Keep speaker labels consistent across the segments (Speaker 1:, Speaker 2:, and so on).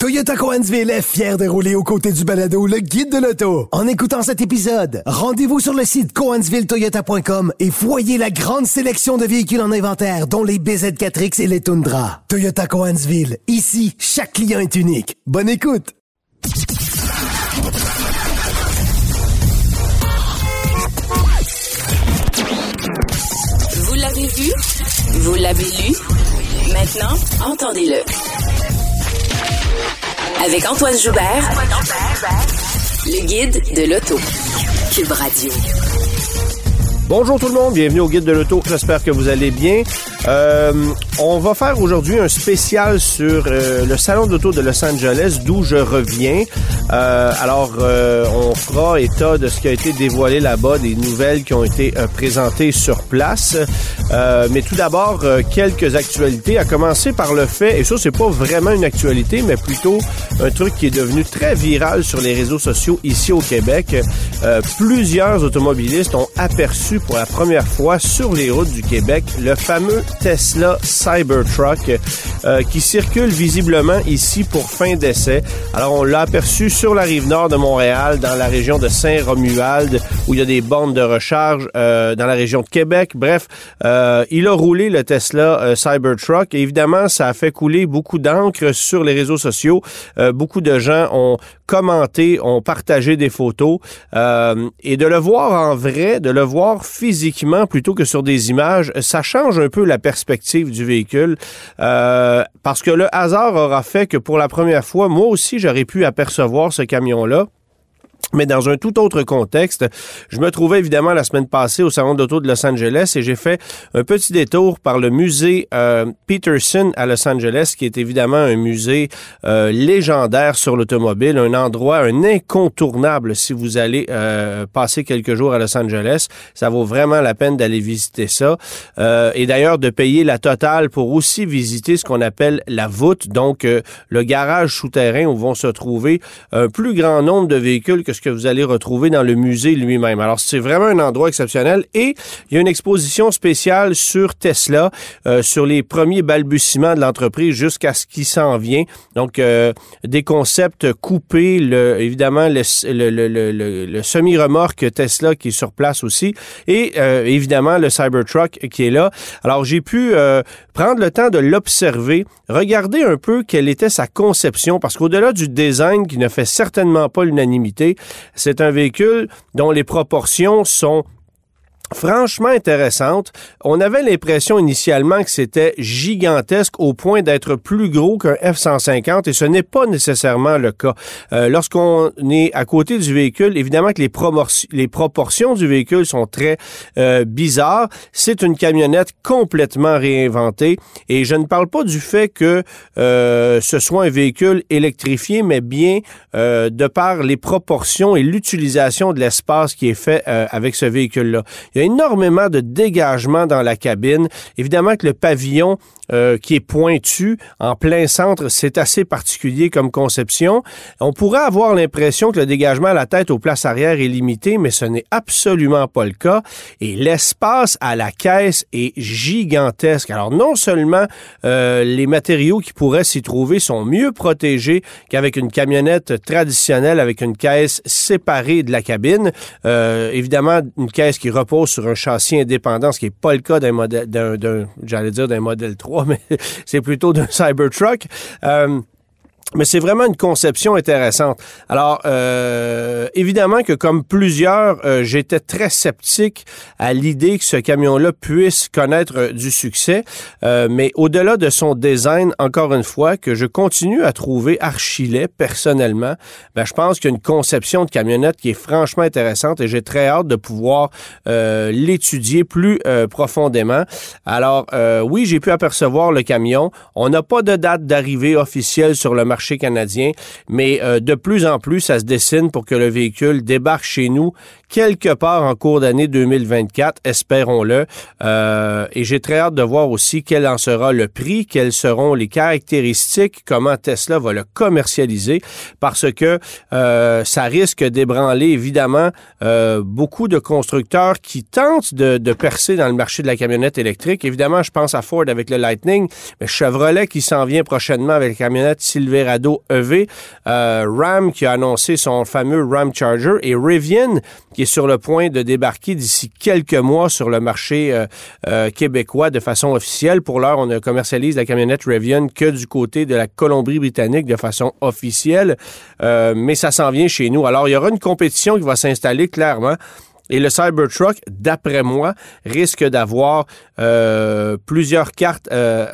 Speaker 1: Toyota Cohensville est fier de rouler aux côtés du balado Le Guide de l'auto. En écoutant cet épisode, rendez-vous sur le site cohensvilletoyota.com et voyez la grande sélection de véhicules en inventaire, dont les BZ4X et les Tundra. Toyota Cohensville. Ici, chaque client est unique. Bonne écoute!
Speaker 2: Vous l'avez vu? Vous l'avez lu? Maintenant, entendez-le. Avec Antoine Joubert, le guide de l'auto. Cube Radio.
Speaker 3: Bonjour tout le monde, bienvenue au Guide de l'auto, j'espère que vous allez bien. On va faire aujourd'hui un spécial sur le salon d'auto de Los Angeles, d'où je reviens. On fera état de ce qui a été dévoilé là-bas, des nouvelles qui ont été présentées sur place. Mais tout d'abord, quelques actualités, à commencer par le fait, et ça c'est pas vraiment une actualité, mais plutôt un truc qui est devenu très viral sur les réseaux sociaux ici au Québec. Plusieurs automobilistes ont aperçu pour la première fois sur les routes du Québec le fameux Tesla Cybertruck qui circule visiblement ici pour fin d'essai. Alors on l'a aperçu sur la rive nord de Montréal, dans la région de Saint-Romuald, où il y a des bornes de recharge dans la région de Québec. Bref, il a roulé le Tesla Cybertruck et évidemment ça a fait couler beaucoup d'encre sur les réseaux sociaux. Beaucoup de gens ont commenté, ont partagé des photos et de le voir en vrai, de le voir physiquement plutôt que sur des images, ça change un peu la perspective du véhicule parce que le hasard aura fait que pour la première fois, moi aussi j'aurais pu apercevoir ce camion-là. Mais dans un tout autre contexte, je me trouvais évidemment la semaine passée au Salon d'auto de Los Angeles et j'ai fait un petit détour par le musée Peterson à Los Angeles, qui est évidemment un musée légendaire sur l'automobile, un endroit, un incontournable si vous allez passer quelques jours à Los Angeles. Ça vaut vraiment la peine d'aller visiter ça. Et d'ailleurs, de payer la totale pour aussi visiter ce qu'on appelle la voûte, donc le garage souterrain où vont se trouver un plus grand nombre de véhicules que ce que vous allez retrouver dans le musée lui-même. Alors, c'est vraiment un endroit exceptionnel et il y a une exposition spéciale sur Tesla, sur les premiers balbutiements de l'entreprise jusqu'à ce qui s'en vient. Donc, des concepts coupés, évidemment, le semi-remorque Tesla qui est sur place aussi et évidemment, le Cybertruck qui est là. Alors, j'ai pu prendre le temps de l'observer, regarder un peu quelle était sa conception parce qu'au-delà du design qui ne fait certainement pas l'unanimité, c'est un véhicule dont les proportions sont franchement intéressante. On avait l'impression initialement que c'était gigantesque au point d'être plus gros qu'un F-150 et ce n'est pas nécessairement le cas. Lorsqu'on est à côté du véhicule, évidemment que les proportions du véhicule sont très bizarres. C'est une camionnette complètement réinventée et je ne parle pas du fait que ce soit un véhicule électrifié, mais bien de par les proportions et l'utilisation de l'espace qui est fait avec ce véhicule-là. Il y a énormément de dégagement dans la cabine. Évidemment que le pavillon qui est pointu en plein centre, c'est assez particulier comme conception. On pourrait avoir l'impression que le dégagement à la tête aux places arrière est limité, mais ce n'est absolument pas le cas. Et l'espace à la caisse est gigantesque. Alors non seulement les matériaux qui pourraient s'y trouver sont mieux protégés qu'avec une camionnette traditionnelle avec une caisse séparée de la cabine. Évidemment, une caisse qui repose sur un châssis indépendant, ce qui n'est pas le cas d'un modèle, d'un modèle 3, mais c'est plutôt d'un Cybertruck. Mais c'est vraiment une conception intéressante. Alors, évidemment que comme plusieurs, j'étais très sceptique à l'idée que ce camion-là puisse connaître du succès. Mais au-delà de son design, encore une fois, que je continue à trouver archi-laid personnellement, je pense qu'il y a une conception de camionnette qui est franchement intéressante et j'ai très hâte de pouvoir l'étudier plus profondément. Alors, oui, j'ai pu apercevoir le camion. On n'a pas de date d'arrivée officielle sur le marché canadien, mais de plus en plus, ça se dessine pour que le véhicule débarque chez nous quelque part en cours d'année 2024, espérons-le. Et j'ai très hâte de voir aussi quel en sera le prix, quelles seront les caractéristiques, comment Tesla va le commercialiser, parce que ça risque d'ébranler évidemment beaucoup de constructeurs qui tentent de percer dans le marché de la camionnette électrique. Évidemment, je pense à Ford avec le Lightning, mais Chevrolet qui s'en vient prochainement avec la camionnette Silverado Silverado EV, Ram qui a annoncé son fameux Ram Charger et Rivian qui est sur le point de débarquer d'ici quelques mois sur le marché québécois de façon officielle. Pour l'heure, on ne commercialise la camionnette Rivian que du côté de la Colombie-Britannique de façon officielle, mais ça s'en vient chez nous. Alors, il y aura une compétition qui va s'installer clairement. Et le Cybertruck, d'après moi, risque d'avoir plusieurs cartes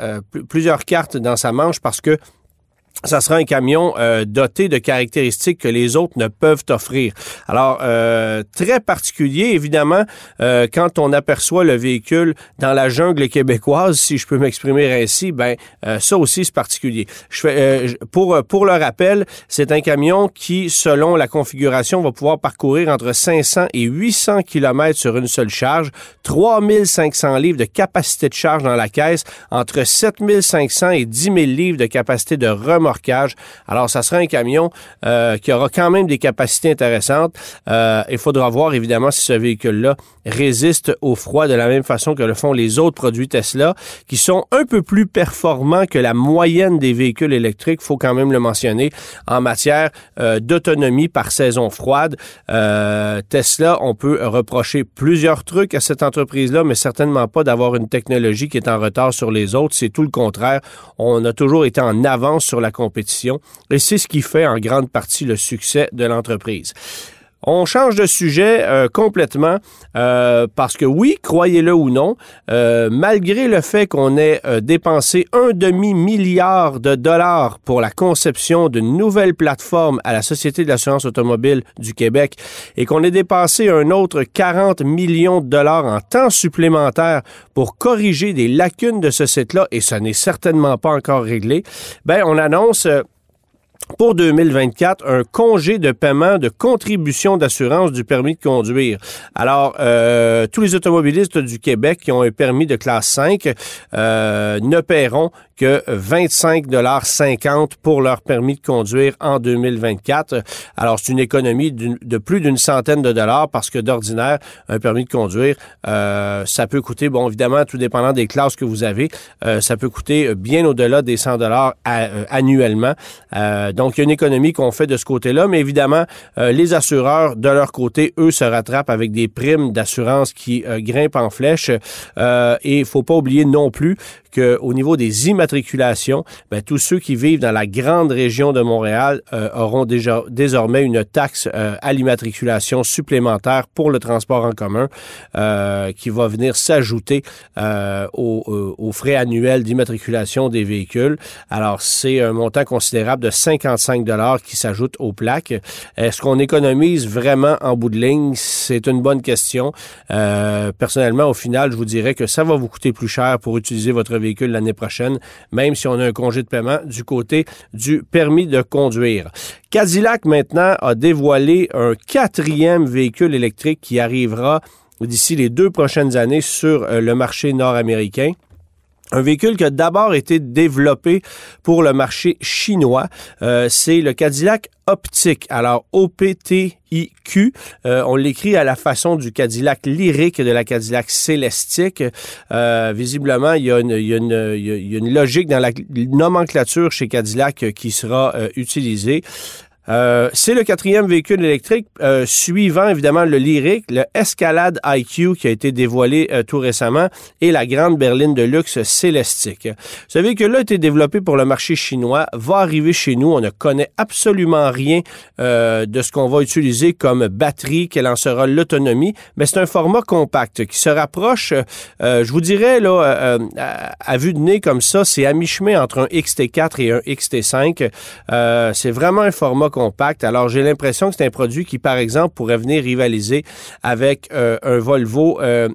Speaker 3: dans sa manche parce que ça sera un camion doté de caractéristiques que les autres ne peuvent offrir. Alors, très particulier, évidemment, quand on aperçoit le véhicule dans la jungle québécoise, si je peux m'exprimer ainsi, ça aussi, c'est particulier. Pour le rappel, c'est un camion qui, selon la configuration, va pouvoir parcourir entre 500 et 800 km sur une seule charge, 3500 livres de capacité de charge dans la caisse, entre 7500 et 10 000 livres de capacité de remorquage. Alors, ça sera un camion qui aura quand même des capacités intéressantes. Il faudra voir, évidemment, si ce véhicule-là résiste au froid de la même façon que le font les autres produits Tesla, qui sont un peu plus performants que la moyenne des véhicules électriques, il faut quand même le mentionner, en matière d'autonomie par saison froide. Tesla, on peut reprocher plusieurs trucs à cette entreprise-là, mais certainement pas d'avoir une technologie qui est en retard sur les autres. C'est tout le contraire. On a toujours été en avance sur la compétition et c'est ce qui fait en grande partie le succès de l'entreprise. On change de sujet complètement parce que oui, croyez-le ou non, malgré le fait qu'on ait dépensé $1,5 milliard pour la conception d'une nouvelle plateforme à la Société de l'assurance automobile du Québec et qu'on ait dépensé un autre 40 millions de dollars en temps supplémentaire pour corriger des lacunes de ce site-là, et ça n'est certainement pas encore réglé, on annonce pour 2024, un congé de paiement de contribution d'assurance du permis de conduire. Alors, tous les automobilistes du Québec qui ont un permis de classe 5 ne paieront que 25,50 $ pour leur permis de conduire en 2024. Alors, c'est une économie de plus d'une centaine de dollars parce que d'ordinaire, un permis de conduire, ça peut coûter, bon, évidemment, tout dépendant des classes que vous avez, ça peut coûter bien au-delà des 100 $ annuellement. Donc, il y a une économie qu'on fait de ce côté-là, mais évidemment, les assureurs, de leur côté, eux, se rattrapent avec des primes d'assurance qui grimpent en flèche. Et il ne faut pas oublier non plus qu'au niveau des immatriculations, tous ceux qui vivent dans la grande région de Montréal auront désormais une taxe à l'immatriculation supplémentaire pour le transport en commun qui va venir s'ajouter aux frais annuels d'immatriculation des véhicules. Alors, c'est un montant considérable de 55 $ qui s'ajoute aux plaques. Est-ce qu'on économise vraiment en bout de ligne? C'est une bonne question. Personnellement, au final, je vous dirais que ça va vous coûter plus cher pour utiliser votre véhicule l'année prochaine, même si on a un congé de paiement du côté du permis de conduire. Cadillac, maintenant, a dévoilé un 4e véhicule électrique qui arrivera d'ici les 2 prochaines années sur le marché nord-américain. Un véhicule qui a d'abord été développé pour le marché chinois, c'est le Cadillac Optiq. Alors, OPTIQ, on l'écrit à la façon du Cadillac Lyriq et de la Cadillac Celestiq. Visiblement, il y a une logique dans la nomenclature chez Cadillac qui sera utilisée. C'est le 4e véhicule électrique suivant évidemment le Lyriq, le Escalade IQ qui a été dévoilé tout récemment et la grande berline de luxe Celestiq. Ce véhicule-là a été développé pour le marché chinois, va arriver chez nous. On ne connaît absolument rien de ce qu'on va utiliser comme batterie, quelle en sera l'autonomie, mais c'est un format compact qui se rapproche, je vous dirais, là, à vue de nez comme ça, c'est à mi-chemin entre un XT4 et un XT5. C'est vraiment un format compact. Alors, j'ai l'impression que c'est un produit qui, par exemple, pourrait venir rivaliser avec un Volvo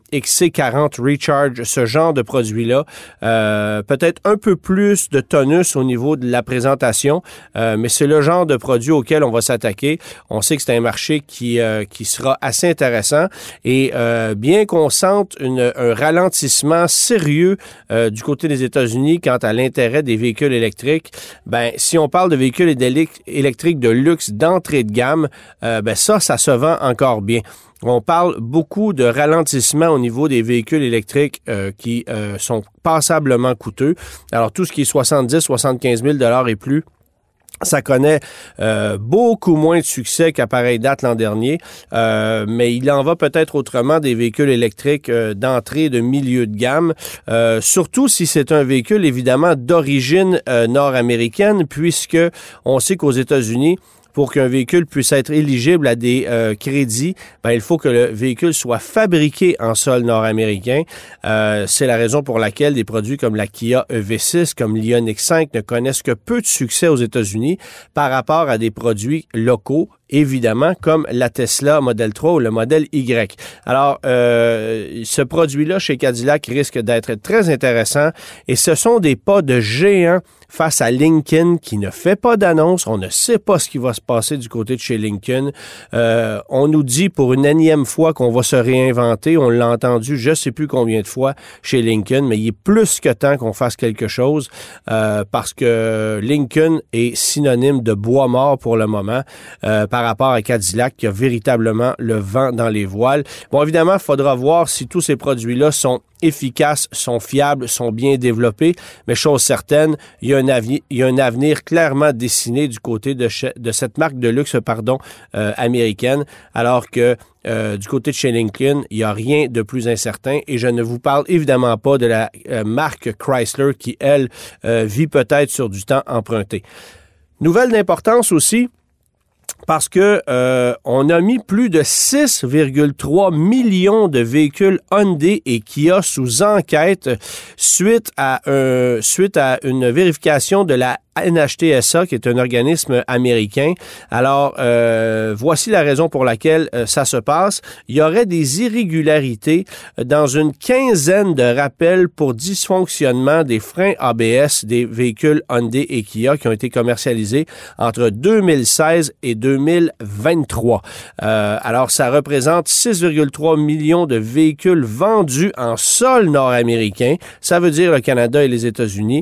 Speaker 3: XC40 Recharge, ce genre de produit-là. Peut-être un peu plus de tonus au niveau de la présentation, mais c'est le genre de produit auquel on va s'attaquer. On sait que c'est un marché qui sera assez intéressant et bien qu'on sente un ralentissement sérieux du côté des États-Unis quant à l'intérêt des véhicules électriques, si on parle de véhicules électriques de luxe d'entrée de gamme, ça se vend encore bien. On parle beaucoup de ralentissement au niveau des véhicules électriques qui sont passablement coûteux. Alors, tout ce qui est 70 000 $, 75 000 $ et plus, Ça connaît beaucoup moins de succès qu'à pareille date l'an dernier, mais il en va peut-être autrement des véhicules électriques d'entrée de milieu de gamme, surtout si c'est un véhicule évidemment d'origine nord-américaine, puisque on sait qu'aux États-Unis, pour qu'un véhicule puisse être éligible à des crédits, il faut que le véhicule soit fabriqué en sol nord-américain. C'est la raison pour laquelle des produits comme la Kia EV6, comme l'Ioniq 5 ne connaissent que peu de succès aux États-Unis par rapport à des produits locaux, évidemment, comme la Tesla Model 3 ou le Model Y. Alors, ce produit-là chez Cadillac risque d'être très intéressant et ce sont des pas de géant face à Lincoln qui ne fait pas d'annonce. On ne sait pas ce qui va se passer du côté de chez Lincoln. On nous dit pour une énième fois qu'on va se réinventer. On l'a entendu je ne sais plus combien de fois chez Lincoln, mais il est plus que temps qu'on fasse quelque chose parce que Lincoln est synonyme de bois mort pour le moment par rapport à Cadillac qui a véritablement le vent dans les voiles. Bon, évidemment, il faudra voir si tous ces produits-là sont efficaces, sont fiables, sont bien développés, mais chose certaine, il y a un avenir clairement dessiné du côté de cette marque de luxe, américaine, alors que du côté de chez Lincoln, il n'y a rien de plus incertain et je ne vous parle évidemment pas de la marque Chrysler qui, elle, vit peut-être sur du temps emprunté. Nouvelle d'importance aussi, parce que on a mis plus de 6,3 millions de véhicules Hyundai et Kia sous enquête suite à une vérification de la NHTSA, qui est un organisme américain. Alors, voici la raison pour laquelle ça se passe. Il y aurait des irrégularités dans une quinzaine de rappels pour dysfonctionnement des freins ABS des véhicules Hyundai et Kia qui ont été commercialisés entre 2016 et 2023. Alors, ça représente 6,3 millions de véhicules vendus en sol nord-américain. Ça veut dire le Canada et les États-Unis.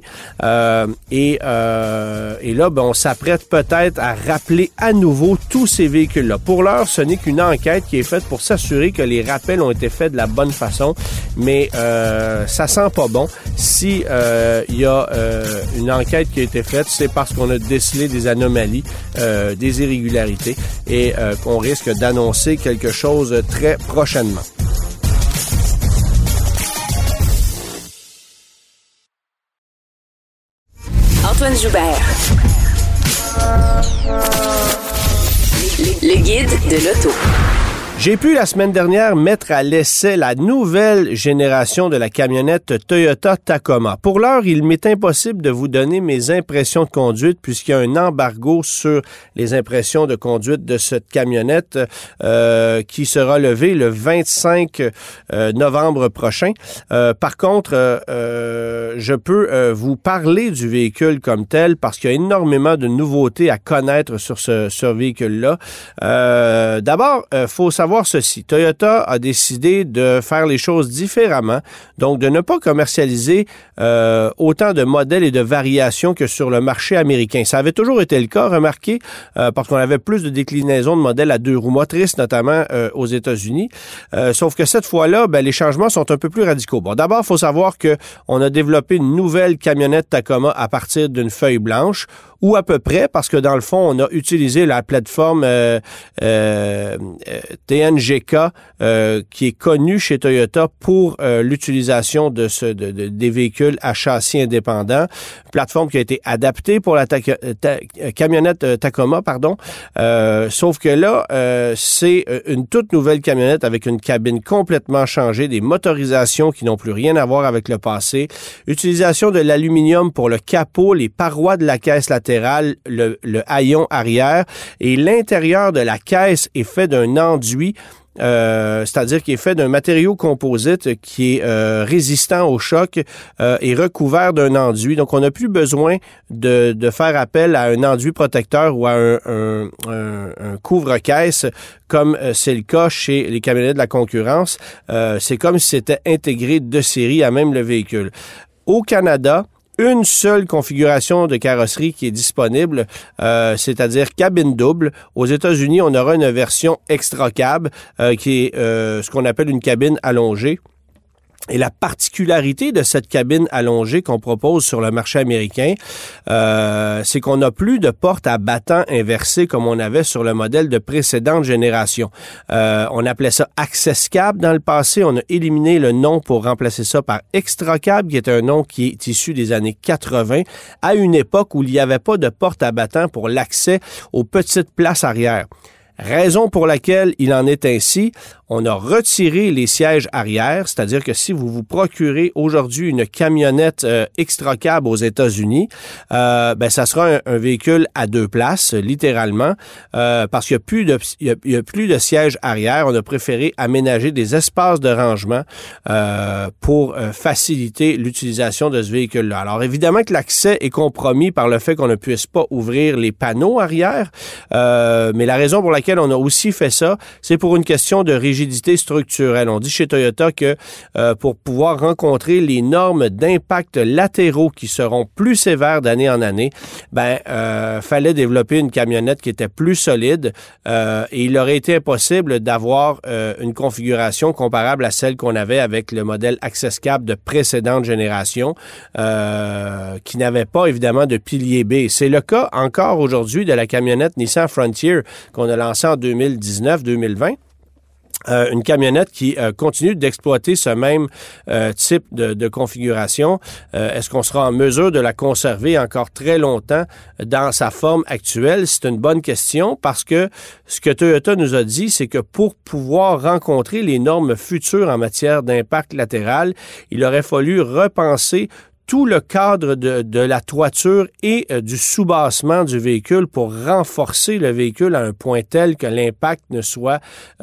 Speaker 3: Et là, on s'apprête peut-être à rappeler à nouveau tous ces véhicules-là. Pour l'heure, ce n'est qu'une enquête qui est faite pour s'assurer que les rappels ont été faits de la bonne façon, mais ça sent pas bon. Si il y a une enquête qui a été faite, c'est parce qu'on a décelé des anomalies, des irrégularités, et qu'on risque d'annoncer quelque chose très prochainement.
Speaker 2: Antoine Joubert. Le guide de l'auto.
Speaker 3: J'ai pu la semaine dernière mettre à l'essai la nouvelle génération de la camionnette Toyota Tacoma. Pour l'heure, il m'est impossible de vous donner mes impressions de conduite puisqu'il y a un embargo sur les impressions de conduite de cette camionnette qui sera levé le 25 novembre prochain. Par contre, je peux vous parler du véhicule comme tel parce qu'il y a énormément de nouveautés à connaître sur ce véhicule-là. D'abord, faut savoir ceci. Toyota a décidé de faire les choses différemment, donc de ne pas commercialiser autant de modèles et de variations que sur le marché américain. Ça avait toujours été le cas, remarquez, parce qu'on avait plus de déclinaisons de modèles à 2 roues motrices, notamment aux États-Unis. Sauf que cette fois-là, les changements sont un peu plus radicaux. Bon, d'abord, il faut savoir qu'on a développé une nouvelle camionnette Tacoma à partir d'une feuille blanche, ou à peu près, parce que dans le fond, on a utilisé la plateforme TNGK qui est connue chez Toyota pour l'utilisation des véhicules à châssis indépendant. Plateforme qui a été adaptée pour la camionnette Tacoma, sauf que là, c'est une toute nouvelle camionnette avec une cabine complètement changée, des motorisations qui n'ont plus rien à voir avec le passé, utilisation de l'aluminium pour le capot, les parois de la caisse latérale, le haillon arrière, et l'intérieur de la caisse est fait d'un enduit, c'est-à-dire qu'il est fait d'un matériau composite qui est résistant au choc et recouvert d'un enduit. Donc, on n'a plus besoin de faire appel à un enduit protecteur ou à un couvre-caisse comme c'est le cas chez les camionnettes de la concurrence. C'est comme si c'était intégré de série à même le véhicule. Au Canada, une seule configuration de carrosserie qui est disponible, c'est-à-dire cabine double. Aux États-Unis, on aura une version extra cab qui est ce qu'on appelle une cabine allongée. Et la particularité de cette cabine allongée qu'on propose sur le marché américain, c'est qu'on n'a plus de porte à battant inversée comme on avait sur le modèle de précédente génération. On appelait ça Access Cab dans le passé. On a éliminé le nom pour remplacer ça par Extra Cab, qui est un nom qui est issu des années 80, à une époque où il n'y avait pas de porte à battant pour l'accès aux petites places arrière. Raison pour laquelle il en est ainsi, on a retiré les sièges arrière, c'est-à-dire que si vous vous procurez aujourd'hui une camionnette Extra Cab aux États-Unis, ça sera un véhicule à 2 places, littéralement, parce qu'il y a plus de sièges arrière. On a préféré aménager des espaces de rangement pour faciliter l'utilisation de ce véhicule-là. Alors évidemment que l'accès est compromis par le fait qu'on ne puisse pas ouvrir les panneaux arrière, mais la raison pour laquelle on a aussi fait ça, c'est pour une question de rigidité structurelle. On dit chez Toyota que pour pouvoir rencontrer les normes d'impact latéraux qui seront plus sévères d'année en année, fallait développer une camionnette qui était plus solide et il aurait été impossible d'avoir une configuration comparable à celle qu'on avait avec le modèle Access Cab de précédente génération qui n'avait pas évidemment de pilier B. C'est le cas encore aujourd'hui de la camionnette Nissan Frontier qu'on a lancée en 2019-2020. Une camionnette qui continue d'exploiter ce même type de configuration. Est-ce qu'on sera en mesure de la conserver encore très longtemps dans sa forme actuelle? C'est une bonne question parce que ce que Toyota nous a dit, c'est que pour pouvoir rencontrer les normes futures en matière d'impact latéral, il aurait fallu repenser tout le cadre de la toiture et du soubassement du véhicule pour renforcer le véhicule à un point tel que l'impact ne soit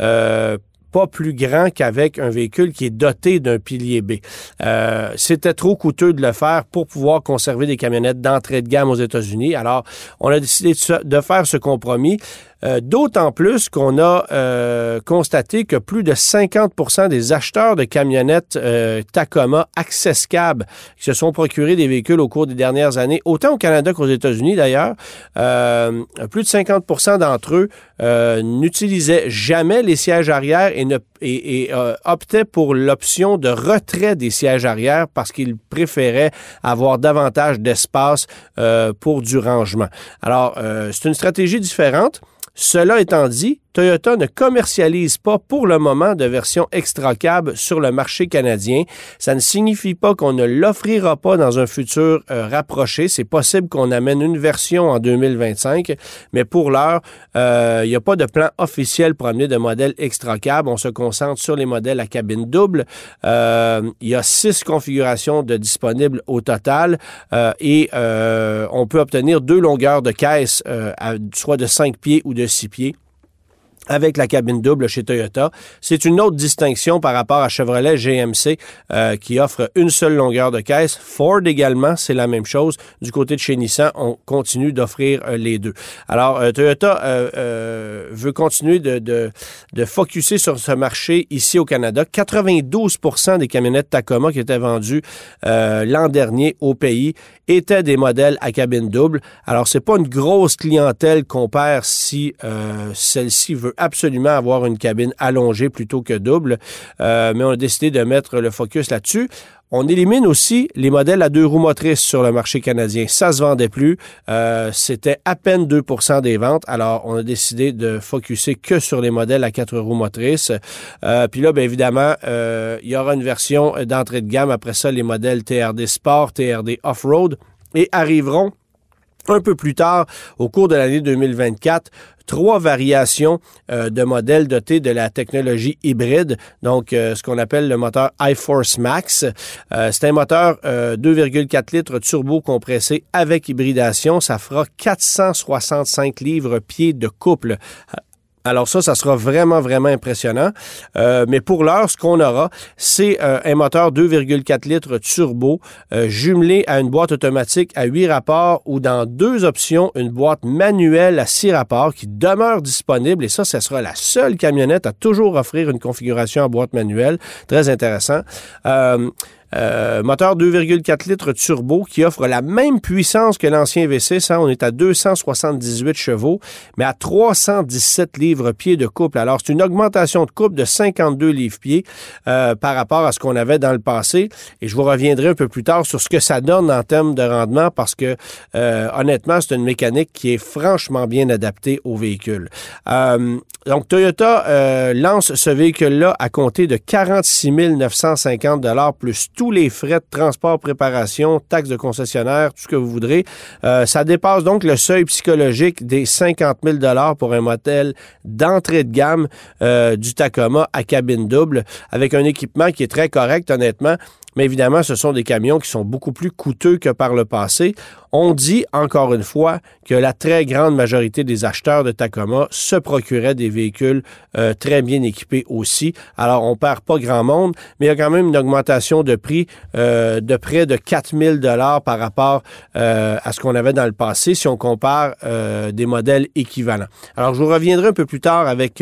Speaker 3: pas plus grand qu'avec un véhicule qui est doté d'un pilier B. C'était trop coûteux de le faire pour pouvoir conserver des camionnettes d'entrée de gamme aux États-Unis. Alors, on a décidé de faire ce compromis. D'autant plus qu'on a constaté que plus de 50% des acheteurs de camionnettes Tacoma Access Cab qui se sont procurés des véhicules au cours des dernières années, autant au Canada qu'aux États-Unis d'ailleurs, plus de 50% d'entre eux n'utilisaient jamais les sièges arrière et optaient pour l'option de retrait des sièges arrière parce qu'ils préféraient avoir davantage d'espace pour du rangement. Alors, c'est une stratégie différente. Cela étant dit, Toyota ne commercialise pas pour le moment de version Extra Cab sur le marché canadien. Ça ne signifie pas qu'on ne l'offrira pas dans un futur rapproché. C'est possible qu'on amène une version en 2025, mais pour l'heure, il n'y a pas de plan officiel pour amener de modèle Extra Cab. On se concentre sur les modèles à cabine double. Il y a 6 configurations de disponibles au total et on peut obtenir 2 longueurs de caisse, soit de 5 pieds ou de 6 pieds. Avec la cabine double chez Toyota. C'est une autre distinction par rapport à Chevrolet GMC qui offre une seule longueur de caisse. Ford également, c'est la même chose. Du côté de chez Nissan, on continue d'offrir les deux. Alors, Toyota veut continuer de focusser sur ce marché ici au Canada. 92% des camionnettes Tacoma qui étaient vendues l'an dernier au pays étaient des modèles à cabine double. Alors, c'est pas une grosse clientèle qu'on perd si celle-ci veut absolument avoir une cabine allongée plutôt que double, mais on a décidé de mettre le focus là-dessus. On élimine aussi les modèles à 2 roues motrices sur le marché canadien. Ça se vendait plus. C'était à peine 2% des ventes. Alors, on a décidé de focusser que sur les modèles à 4 roues motrices. Puis là, bien évidemment, il y aura une version d'entrée de gamme. Après ça, les modèles TRD Sport, TRD Off-Road et arriveront un peu plus tard, au cours de l'année 2024, 3 variations de modèles dotés de la technologie hybride, donc ce qu'on appelle le moteur iForce Max. C'est un moteur 2,4 litres turbo compressé avec hybridation. Ça fera 465 livres-pieds de couple. Alors ça sera vraiment, vraiment impressionnant. Mais pour l'heure, ce qu'on aura, c'est un moteur 2,4 litres turbo jumelé à une boîte automatique à 8 rapports ou dans 2 options, une boîte manuelle à 6 rapports qui demeure disponible. Et ça sera la seule camionnette à toujours offrir une configuration en boîte manuelle. Très intéressant. Moteur 2,4 litres turbo qui offre la même puissance que l'ancien V6. Hein, on est à 278 chevaux, mais à 317 livres-pieds de couple. Alors, c'est une augmentation de couple de 52 livres-pieds par rapport à ce qu'on avait dans le passé. Et je vous reviendrai un peu plus tard sur ce que ça donne en termes de rendement parce que, honnêtement, c'est une mécanique qui est franchement bien adaptée au véhicule. Donc, Toyota lance ce véhicule-là à compter de 46 950 $ plus tous les frais de transport, préparation, taxes de concessionnaire, tout ce que vous voudrez. Ça dépasse donc le seuil psychologique des 50 000 $ pour un modèle d'entrée de gamme du Tacoma à cabine double avec un équipement qui est très correct, honnêtement. Mais évidemment, ce sont des camions qui sont beaucoup plus coûteux que par le passé. On dit, encore une fois, que la très grande majorité des acheteurs de Tacoma se procuraient des véhicules très bien équipés aussi. Alors, on perd pas grand monde, mais il y a quand même une augmentation de prix de près de 4 000 $ par rapport à ce qu'on avait dans le passé si on compare des modèles équivalents. Alors, je vous reviendrai un peu plus tard avec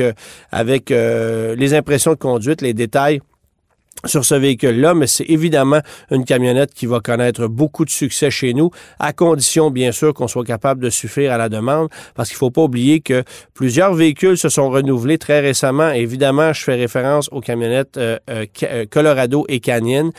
Speaker 3: les impressions de conduite, les détails sur ce véhicule-là, mais c'est évidemment une camionnette qui va connaître beaucoup de succès chez nous, à condition, bien sûr, qu'on soit capable de suffire à la demande, parce qu'il ne faut pas oublier que plusieurs véhicules se sont renouvelés très récemment. Évidemment, je fais référence aux camionnettes Colorado et Canyon,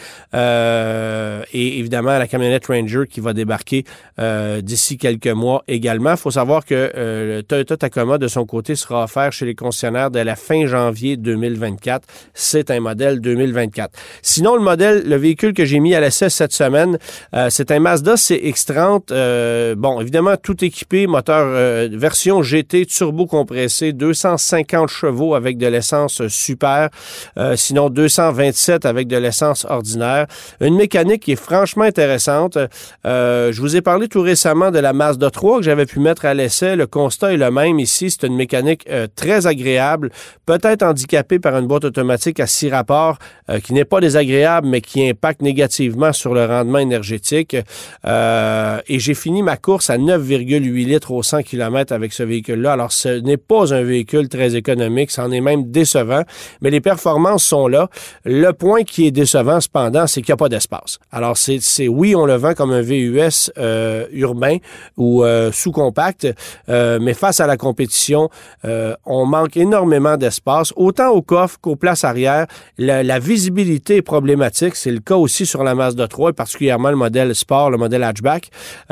Speaker 3: et évidemment à la camionnette Ranger qui va débarquer d'ici quelques mois également. Il faut savoir que le Toyota Tacoma, de son côté, sera offert chez les concessionnaires dès la fin janvier 2024. C'est un modèle 2024. Sinon, le véhicule que j'ai mis à l'essai cette semaine, c'est un Mazda CX-30. Bon, évidemment, tout équipé, moteur version GT turbo compressé, 250 chevaux avec de l'essence super. Sinon, 227 avec de l'essence ordinaire. Une mécanique qui est franchement intéressante. Je vous ai parlé tout récemment de la Mazda 3 que j'avais pu mettre à l'essai. Le constat est le même ici. C'est une mécanique très agréable, peut-être handicapée par une boîte automatique à 6 rapports, qui n'est pas désagréable, mais qui impacte négativement sur le rendement énergétique. Et j'ai fini ma course à 9,8 litres au 100 km avec ce véhicule-là. Alors, ce n'est pas un véhicule très économique, c'en est même décevant, mais les performances sont là. Le point qui est décevant, cependant, c'est qu'il n'y a pas d'espace. Alors, oui, on le vend comme un VUS urbain ou sous-compact, mais face à la compétition, on manque énormément d'espace, autant au coffre qu'aux places arrière. La visibilité est problématique. C'est le cas aussi sur la Mazda 3, et particulièrement le modèle Sport, le modèle hatchback.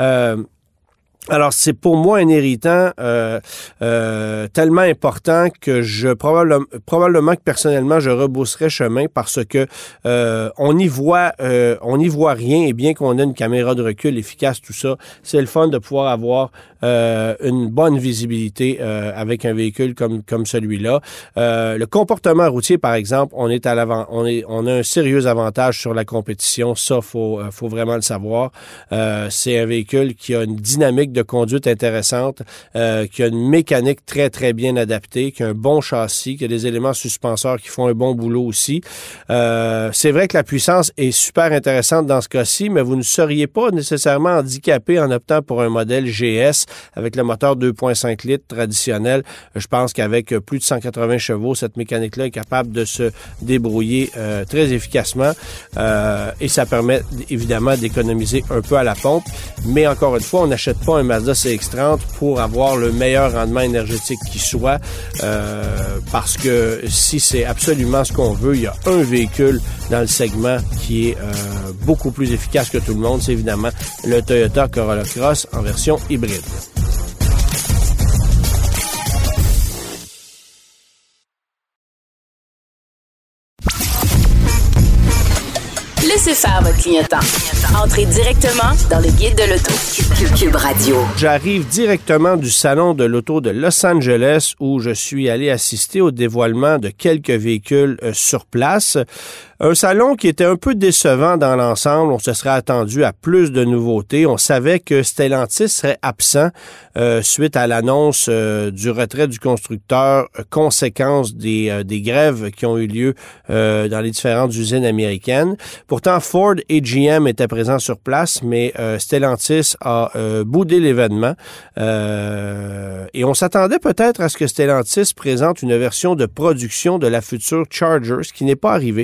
Speaker 3: Alors, c'est pour moi un irritant tellement important que probablement que personnellement, je rebousserais chemin parce que on n'y voit rien, et bien qu'on ait une caméra de recul efficace, tout ça, c'est le fun de pouvoir avoir une bonne visibilité avec un véhicule comme celui-là. Le comportement routier, par exemple, on a un sérieux avantage sur la compétition. Ça, faut vraiment le savoir. C'est un véhicule qui a une dynamique de conduite intéressante, qui a une mécanique très, très bien adaptée, qui a un bon châssis, qui a des éléments suspenseurs qui font un bon boulot aussi. C'est vrai que la puissance est super intéressante dans ce cas-ci, mais vous ne seriez pas nécessairement handicapé en optant pour un modèle GS avec le moteur 2,5 litres traditionnel. Je pense qu'avec plus de 180 chevaux, cette mécanique-là est capable de se débrouiller très efficacement et ça permet évidemment d'économiser un peu à la pompe. Mais encore une fois, on n'achète pas un Mazda CX-30 pour avoir le meilleur rendement énergétique qui soit parce que si c'est absolument ce qu'on veut, il y a un véhicule dans le segment qui est beaucoup plus efficace que tout le monde. C'est évidemment le Toyota Corolla Cross en version hybride.
Speaker 2: Laissez faire votre clignotant. Entrez directement dans le guide de l'auto. Cube Radio.
Speaker 3: J'arrive directement du salon de l'auto de Los Angeles où je suis allé assister au dévoilement de quelques véhicules sur place. Un salon qui était un peu décevant dans l'ensemble. On se serait attendu à plus de nouveautés. On savait que Stellantis serait absent suite à l'annonce du retrait du constructeur, conséquence des grèves qui ont eu lieu dans les différentes usines américaines. Pourtant, Ford et GM étaient présents sur place, mais Stellantis a boudé l'événement. Et on s'attendait peut-être à ce que Stellantis présente une version de production de la future Charger, ce qui n'est pas arrivé. Alors,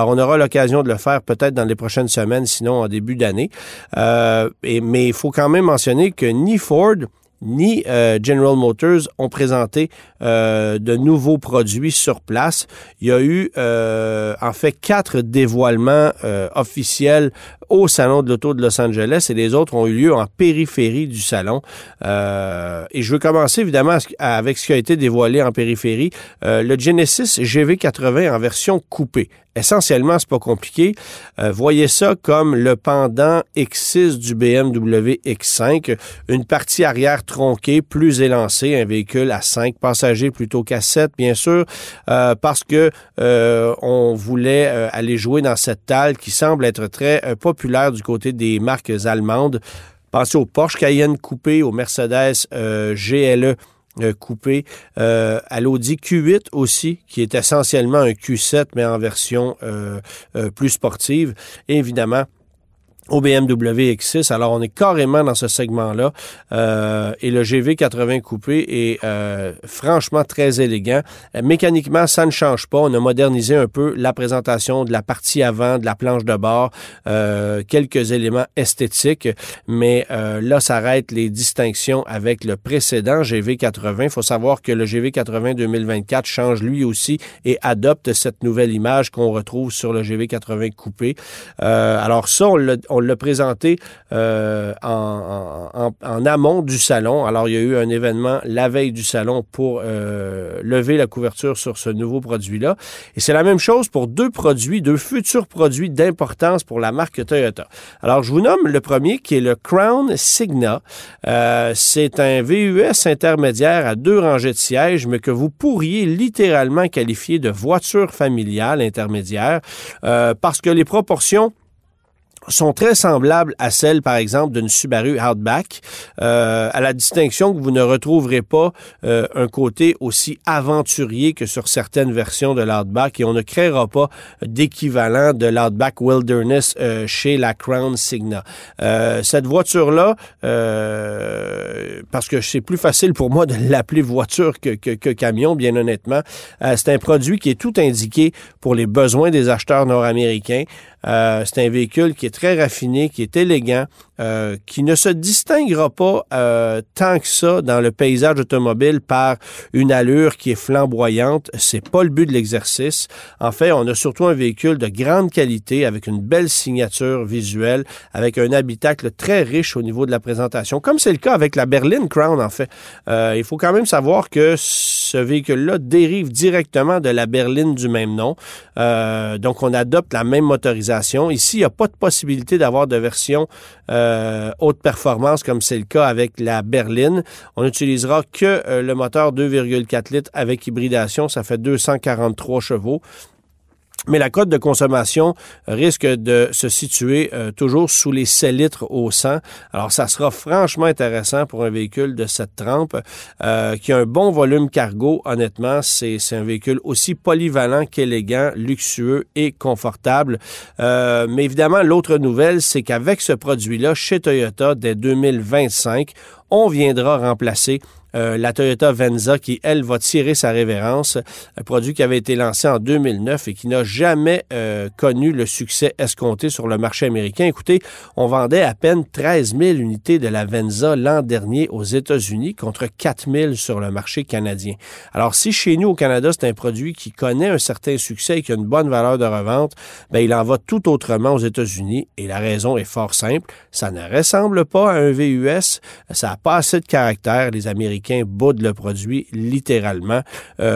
Speaker 3: Alors, on aura l'occasion de le faire peut-être dans les prochaines semaines, sinon en début d'année. Mais il faut quand même mentionner que ni Ford ni General Motors ont présenté de nouveaux produits sur place. Il y a eu en fait 4 dévoilements officiels au Salon de l'Auto de Los Angeles et les autres ont eu lieu en périphérie du salon. Et je veux commencer évidemment avec ce qui a été dévoilé en périphérie. Le Genesis GV80 en version coupée. Essentiellement, c'est pas compliqué. Voyez ça comme le pendant X6 du BMW X5. Une partie arrière tronquée, plus élancée, un véhicule à 5 passagers plutôt qu'à 7, bien sûr, parce que on voulait aller jouer dans cette taille qui semble être très populaire du côté des marques allemandes. Pensez au Porsche Cayenne coupé, au Mercedes GLE coupé, à l'Audi Q8 aussi, qui est essentiellement un Q7, mais en version plus sportive. Et évidemment, au BMW X6. Alors, on est carrément dans ce segment-là. Et le GV80 coupé est franchement très élégant. Mécaniquement, ça ne change pas. On a modernisé un peu la présentation de la partie avant, de la planche de bord, quelques éléments esthétiques, mais là, s'arrêtent les distinctions avec le précédent GV80. Il faut savoir que le GV80 2024 change lui aussi et adopte cette nouvelle image qu'on retrouve sur le GV80 coupé. Alors ça, on l'a présenté en amont du salon. Alors, il y a eu un événement la veille du salon pour lever la couverture sur ce nouveau produit-là. Et c'est la même chose pour deux futurs produits d'importance pour la marque Toyota. Alors, je vous nomme le premier qui est le Crown Signa. C'est un VUS intermédiaire à 2 rangées de sièges, mais que vous pourriez littéralement qualifier de voiture familiale intermédiaire parce que les proportions sont très semblables à celles, par exemple, d'une Subaru Outback, à la distinction que vous ne retrouverez pas un côté aussi aventurier que sur certaines versions de l'Outback et on ne créera pas d'équivalent de l'Outback Wilderness chez la Crown Signa. Cette voiture-là, parce que c'est plus facile pour moi de l'appeler voiture que camion, bien honnêtement, c'est un produit qui est tout indiqué pour les besoins des acheteurs nord-américains. C'est un véhicule qui est très raffiné, qui est élégant, qui ne se distinguera pas tant que ça dans le paysage automobile par une allure qui est flamboyante. C'est pas le but de l'exercice. En fait, on a surtout un véhicule de grande qualité avec une belle signature visuelle, avec un habitacle très riche au niveau de la présentation, comme c'est le cas avec la berline Crown, en fait. Il faut quand même savoir que ce véhicule-là dérive directement de la berline du même nom. Donc, on adopte la même motorisation. Ici, il n'y a pas de possibilité d'avoir de version haute performance comme c'est le cas avec la berline. On n'utilisera que le moteur 2,4 litres avec hybridation. Ça fait 243 chevaux. Mais la cote de consommation risque de se situer toujours sous les 7 litres au 100. Alors, ça sera franchement intéressant pour un véhicule de cette trempe qui a un bon volume cargo. Honnêtement, c'est un véhicule aussi polyvalent qu'élégant, luxueux et confortable. Mais évidemment, l'autre nouvelle, c'est qu'avec ce produit-là, chez Toyota, dès 2025, on viendra remplacer la Toyota Venza qui, elle, va tirer sa révérence, un produit qui avait été lancé en 2009 et qui n'a jamais connu le succès escompté sur le marché américain. Écoutez, on vendait à peine 13 000 unités de la Venza l'an dernier aux États-Unis contre 4 000 sur le marché canadien. Alors, si chez nous, au Canada, c'est un produit qui connaît un certain succès et qui a une bonne valeur de revente, bien, il en va tout autrement aux États-Unis et la raison est fort simple. Ça ne ressemble pas à un VUS, ça n'a pas assez de caractère. Les Américains boudent le produit littéralement.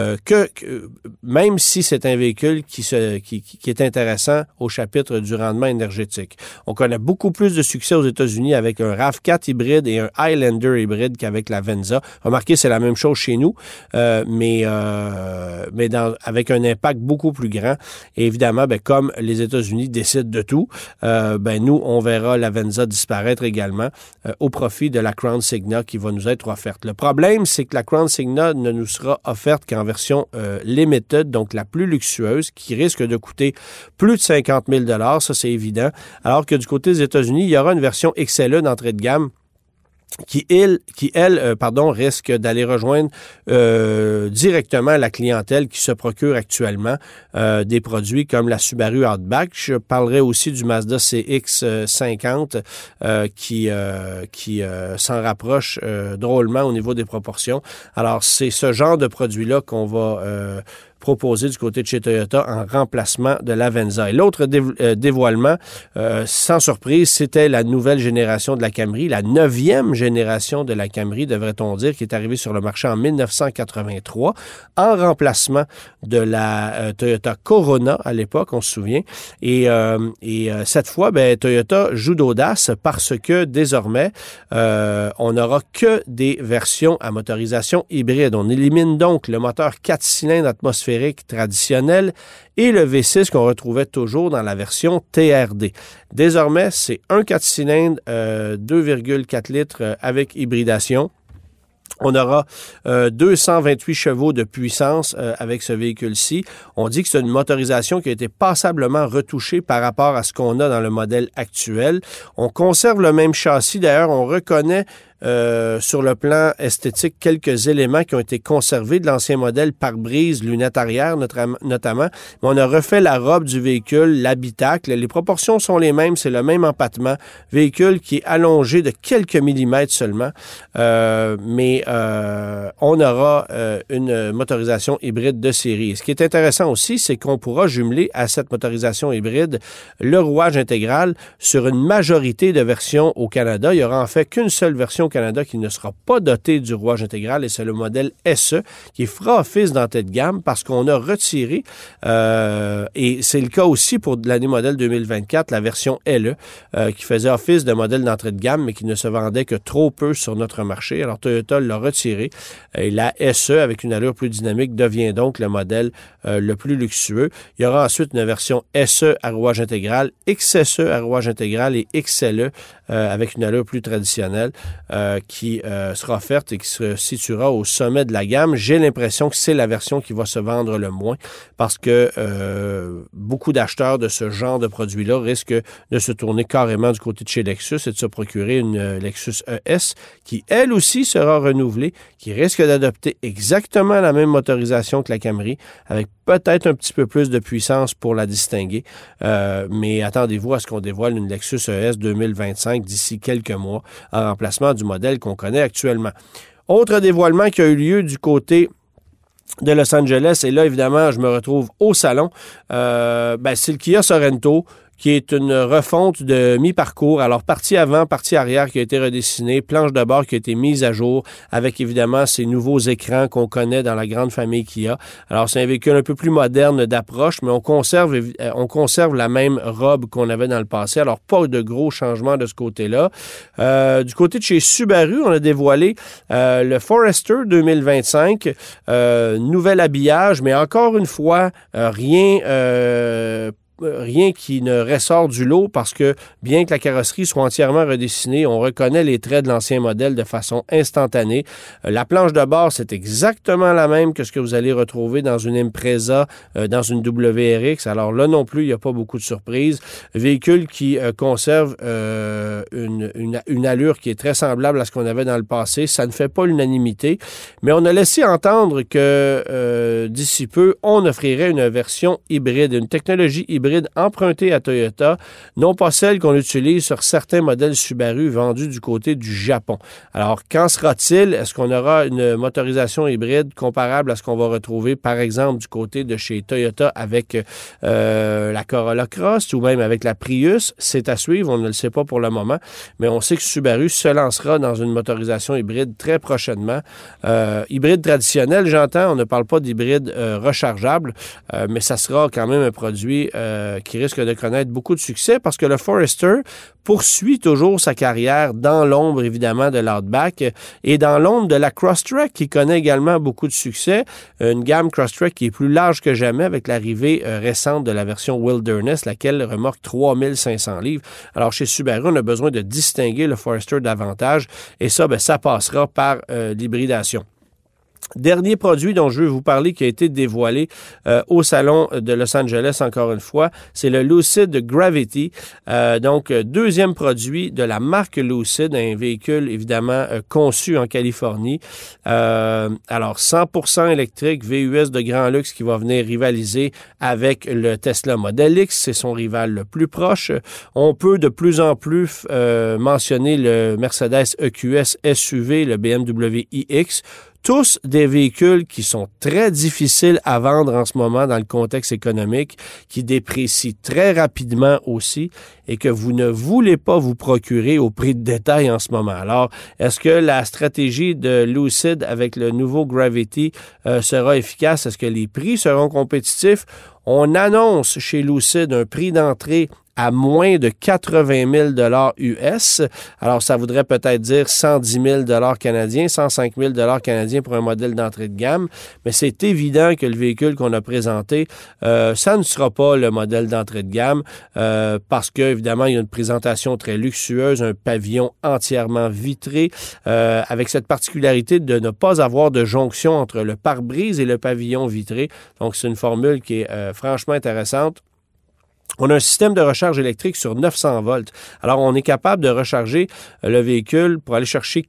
Speaker 3: Même si c'est un véhicule qui est intéressant au chapitre du rendement énergétique. On connaît beaucoup plus de succès aux États-Unis avec un RAV4 hybride et un Highlander hybride qu'avec la Venza. Remarquez, c'est la même chose chez nous, mais avec un impact beaucoup plus grand. Et évidemment, comme les États-Unis décident de tout, nous, on verra la Venza disparaître également au profit de la Crown Signa qui va nous être offerte. Le problème, c'est que la Crown Signa ne nous sera offerte qu'en version Limited, donc la plus luxueuse, qui risque de coûter plus de 50 000 $, ça c'est évident, alors que du côté des États-Unis, il y aura une version XLE d'entrée de gamme qui risque d'aller rejoindre directement la clientèle qui se procure actuellement des produits comme la Subaru Outback. Je parlerai aussi du Mazda CX-50 qui s'en rapproche drôlement au niveau des proportions. Alors, c'est ce genre de produit-là qu'on va proposé du côté de chez Toyota en remplacement de l'Avenza. Et l'autre dévoilement, sans surprise, c'était la nouvelle génération de la Camry, la 9e génération de la Camry, devrait-on dire, qui est arrivée sur le marché en 1983, en remplacement de la Toyota Corona à l'époque, on se souvient. Et cette fois, Toyota joue d'audace parce que désormais, on n'aura que des versions à motorisation hybride. On élimine donc le moteur 4 cylindres atmosphérique traditionnel et le V6 qu'on retrouvait toujours dans la version TRD. Désormais, c'est un 4 cylindres, 2,4 litres avec hybridation. On aura 228 chevaux de puissance avec ce véhicule-ci. On dit que c'est une motorisation qui a été passablement retouchée par rapport à ce qu'on a dans le modèle actuel. On conserve le même châssis. D'ailleurs, on reconnaît sur le plan esthétique quelques éléments qui ont été conservés de l'ancien modèle, pare-brise, lunettes arrière notamment. Mais on a refait la robe du véhicule, l'habitacle. Les proportions sont les mêmes, c'est le même empattement. Véhicule qui est allongé de quelques millimètres seulement. Mais on aura une motorisation hybride de série. Ce qui est intéressant aussi, c'est qu'on pourra jumeler à cette motorisation hybride le rouage intégral sur une majorité de versions au Canada. Il n'y aura en fait qu'une seule version au Canada qui ne sera pas dotée du rouage intégral et c'est le modèle SE qui fera office d'entrée de gamme parce qu'on a retiré, et c'est le cas aussi pour l'année modèle 2024, la version LE qui faisait office de modèle d'entrée de gamme mais qui ne se vendait que trop peu sur notre marché. Alors Toyota l'a retiré et la SE avec une allure plus dynamique devient donc le modèle le plus luxueux. Il y aura ensuite une version SE à rouage intégral, XSE à rouage intégral et XLE avec une allure plus traditionnelle qui sera offerte et qui se situera au sommet de la gamme. J'ai l'impression que c'est la version qui va se vendre le moins parce que beaucoup d'acheteurs de ce genre de produit-là risquent de se tourner carrément du côté de chez Lexus et de se procurer une Lexus ES qui, elle aussi, sera renouvelée, qui risque d'adopter exactement la même motorisation que la Camry avec peut-être un petit peu plus de puissance pour la distinguer. Mais attendez-vous à ce qu'on dévoile une Lexus ES 2025 d'ici quelques mois en remplacement du modèle qu'on connaît actuellement. Autre dévoilement qui a eu lieu du côté de Los Angeles, et là, évidemment, je me retrouve au salon, c'est le Kia Sorento, qui est une refonte de mi-parcours. Alors, partie avant, partie arrière qui a été redessinée, planche de bord qui a été mise à jour avec évidemment ces nouveaux écrans qu'on connaît dans la grande famille Kia. Alors, c'est un véhicule un peu plus moderne d'approche, mais on conserve la même robe qu'on avait dans le passé. Alors, pas de gros changements de ce côté-là. Du côté de chez Subaru, on a dévoilé le Forester 2025, nouvel habillage, mais encore une fois, rien qui ne ressort du lot parce que bien que la carrosserie soit entièrement redessinée, on reconnaît les traits de l'ancien modèle de façon instantanée. La planche de bord, c'est exactement la même que ce que vous allez retrouver dans une Impreza, dans une WRX. Alors là non plus, il n'y a pas beaucoup de surprises. Véhicule qui conserve une allure qui est très semblable à ce qu'on avait dans le passé. Ça ne fait pas l'unanimité, mais on a laissé entendre que d'ici peu, on offrirait une version hybride, une technologie hybride empruntée à Toyota, non pas celle qu'on utilise sur certains modèles Subaru vendus du côté du Japon. Alors, qu'en sera-t-il? Est-ce qu'on aura une motorisation hybride comparable à ce qu'on va retrouver, par exemple, du côté de chez Toyota avec la Corolla Cross ou même avec la Prius? C'est à suivre, on ne le sait pas pour le moment, mais on sait que Subaru se lancera dans une motorisation hybride très prochainement. Hybride traditionnel, j'entends, on ne parle pas d'hybride rechargeable, mais ça sera quand même un produit qui risque de connaître beaucoup de succès parce que le Forester poursuit toujours sa carrière dans l'ombre, évidemment, de l'Outback et dans l'ombre de la Crosstrek qui connaît également beaucoup de succès. Une gamme Crosstrek qui est plus large que jamais avec l'arrivée récente de la version Wilderness, laquelle remorque 3500 livres. Alors, chez Subaru, on a besoin de distinguer le Forester davantage et ça, ça passera par l'hybridation. Dernier produit dont je veux vous parler qui a été dévoilé au Salon de Los Angeles, encore une fois, c'est le Lucid Gravity. Donc, deuxième produit de la marque Lucid, un véhicule évidemment conçu en Californie. Alors, 100% électrique, VUS de grand luxe qui va venir rivaliser avec le Tesla Model X. C'est son rival le plus proche. On peut de plus en plus mentionner le Mercedes EQS SUV, le BMW iX. Tous des véhicules qui sont très difficiles à vendre en ce moment dans le contexte économique, qui déprécient très rapidement aussi et que vous ne voulez pas vous procurer au prix de détail en ce moment. Alors, est-ce que la stratégie de Lucid avec le nouveau Gravity sera efficace? Est-ce que les prix seront compétitifs? On annonce chez Lucid un prix d'entrée à moins de 80 000 US. Alors, ça voudrait peut-être dire 110 000 canadiens, 105 000 canadiens pour un modèle d'entrée de gamme. Mais c'est évident que le véhicule qu'on a présenté, ça ne sera pas le modèle d'entrée de gamme parce qu'évidemment, il y a une présentation très luxueuse, un pavillon entièrement vitré avec cette particularité de ne pas avoir de jonction entre le pare-brise et le pavillon vitré. Donc, c'est une formule qui est franchement intéressante. On a un système de recharge électrique sur 900 volts. Alors, on est capable de recharger le véhicule pour aller chercher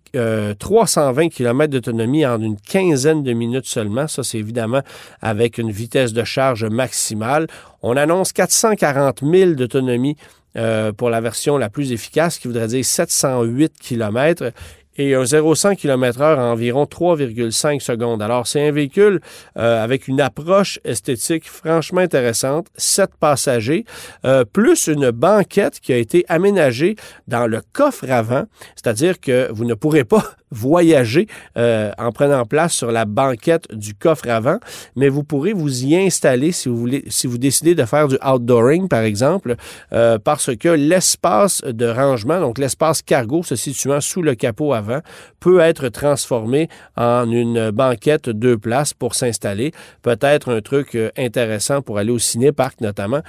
Speaker 3: 320 km d'autonomie en une quinzaine de minutes seulement. Ça, c'est évidemment avec une vitesse de charge maximale. On annonce 440 000 d'autonomie pour la version la plus efficace, qui voudrait dire 708 km. Et un 0-100 km/h à environ 3,5 secondes. Alors, c'est un véhicule avec une approche esthétique franchement intéressante. 7 passagers, plus une banquette qui a été aménagée dans le coffre avant. C'est-à-dire que vous ne pourrez pas voyager en prenant place sur la banquette du coffre avant, mais vous pourrez vous y installer si vous voulez, si vous décidez de faire du outdooring, par exemple, parce que l'espace de rangement, donc l'espace cargo se situant sous le capot avant, peut être transformé en une banquette 2 places pour s'installer. Peut-être un truc intéressant pour aller au ciné-parc notamment.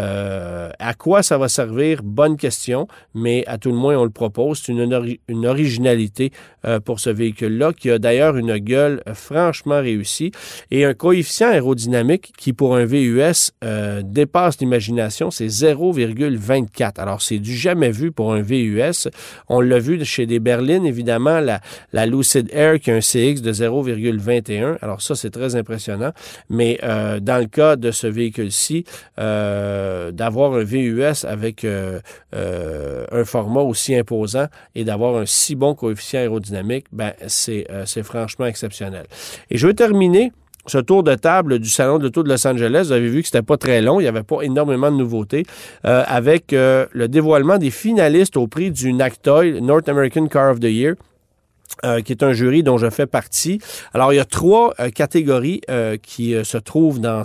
Speaker 3: À quoi ça va servir? Bonne question, mais à tout le moins, on le propose. C'est une originalité pour ce véhicule-là, qui a d'ailleurs une gueule franchement réussie et un coefficient aérodynamique qui, pour un VUS, dépasse l'imagination, c'est 0,24. Alors, c'est du jamais vu pour un VUS. On l'a vu chez des berlines, évidemment, la Lucid Air qui a un CX de 0,21. Alors ça, c'est très impressionnant. Mais dans le cas de ce véhicule-ci, d'avoir un VUS avec un format aussi imposant et d'avoir un si bon coefficient aérodynamique, ben c'est franchement exceptionnel. Et je veux terminer ce tour de table du Salon de l'Auto de Los Angeles. Vous avez vu que c'était pas très long, il n'y avait pas énormément de nouveautés, avec le dévoilement des finalistes au prix du NACTOY, North American Car of the Year, qui est un jury dont je fais partie. Alors, il y a 3 catégories qui se trouvent dans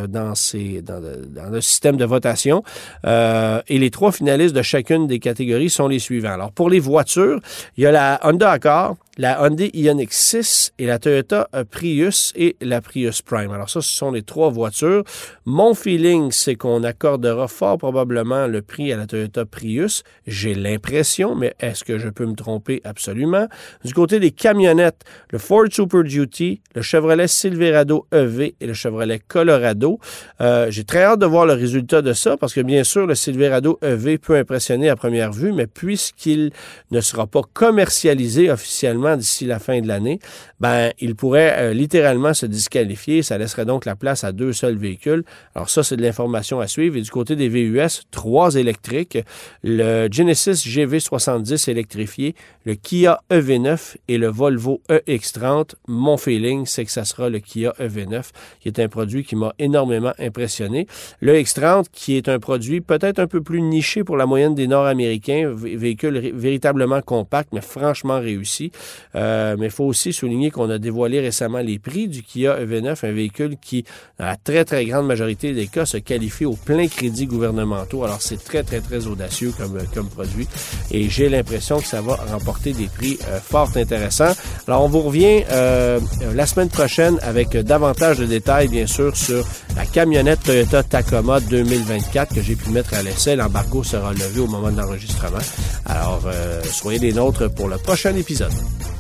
Speaker 3: le système de votation. Et les 3 finalistes de chacune des catégories sont les suivants. Alors, pour les voitures, il y a la Honda Accord, la Hyundai Ioniq 6 et la Toyota Prius et la Prius Prime. Alors ça, ce sont les 3 voitures. Mon feeling, c'est qu'on accordera fort probablement le prix à la Toyota Prius. J'ai l'impression, mais est-ce que je peux me tromper? Absolument. Du côté des camionnettes, le Ford Super Duty, le Chevrolet Silverado EV et le Chevrolet Colorado. J'ai très hâte de voir le résultat de ça parce que bien sûr, le Silverado EV peut impressionner à première vue, mais puisqu'il ne sera pas commercialisé officiellement d'ici la fin de l'année, ben il pourrait littéralement se disqualifier. Ça laisserait donc la place à 2 seuls véhicules. Alors ça, c'est de l'information à suivre. Et du côté des VUS, 3 électriques, le Genesis GV70 électrifié, le Kia EV9 et le Volvo EX30. Mon feeling, c'est que ça sera le Kia EV9, qui est un produit qui m'a énormément impressionné. Le EX30, qui est un produit peut-être un peu plus niché pour la moyenne des Nord-Américains, véhicule véritablement compact, mais franchement réussi. Mais il faut aussi souligner qu'on a dévoilé récemment les prix du Kia EV9, un véhicule qui, dans la très, très grande majorité des cas, se qualifie aux pleins crédits gouvernementaux. Alors, c'est très, très, très audacieux comme produit. Et j'ai l'impression que ça va remporter des prix fort intéressants. Alors, on vous revient la semaine prochaine avec davantage de détails, bien sûr, sur la camionnette Toyota Tacoma 2024 que j'ai pu mettre à l'essai. L'embargo sera levé au moment de l'enregistrement. Alors, soyez des nôtres pour le prochain épisode.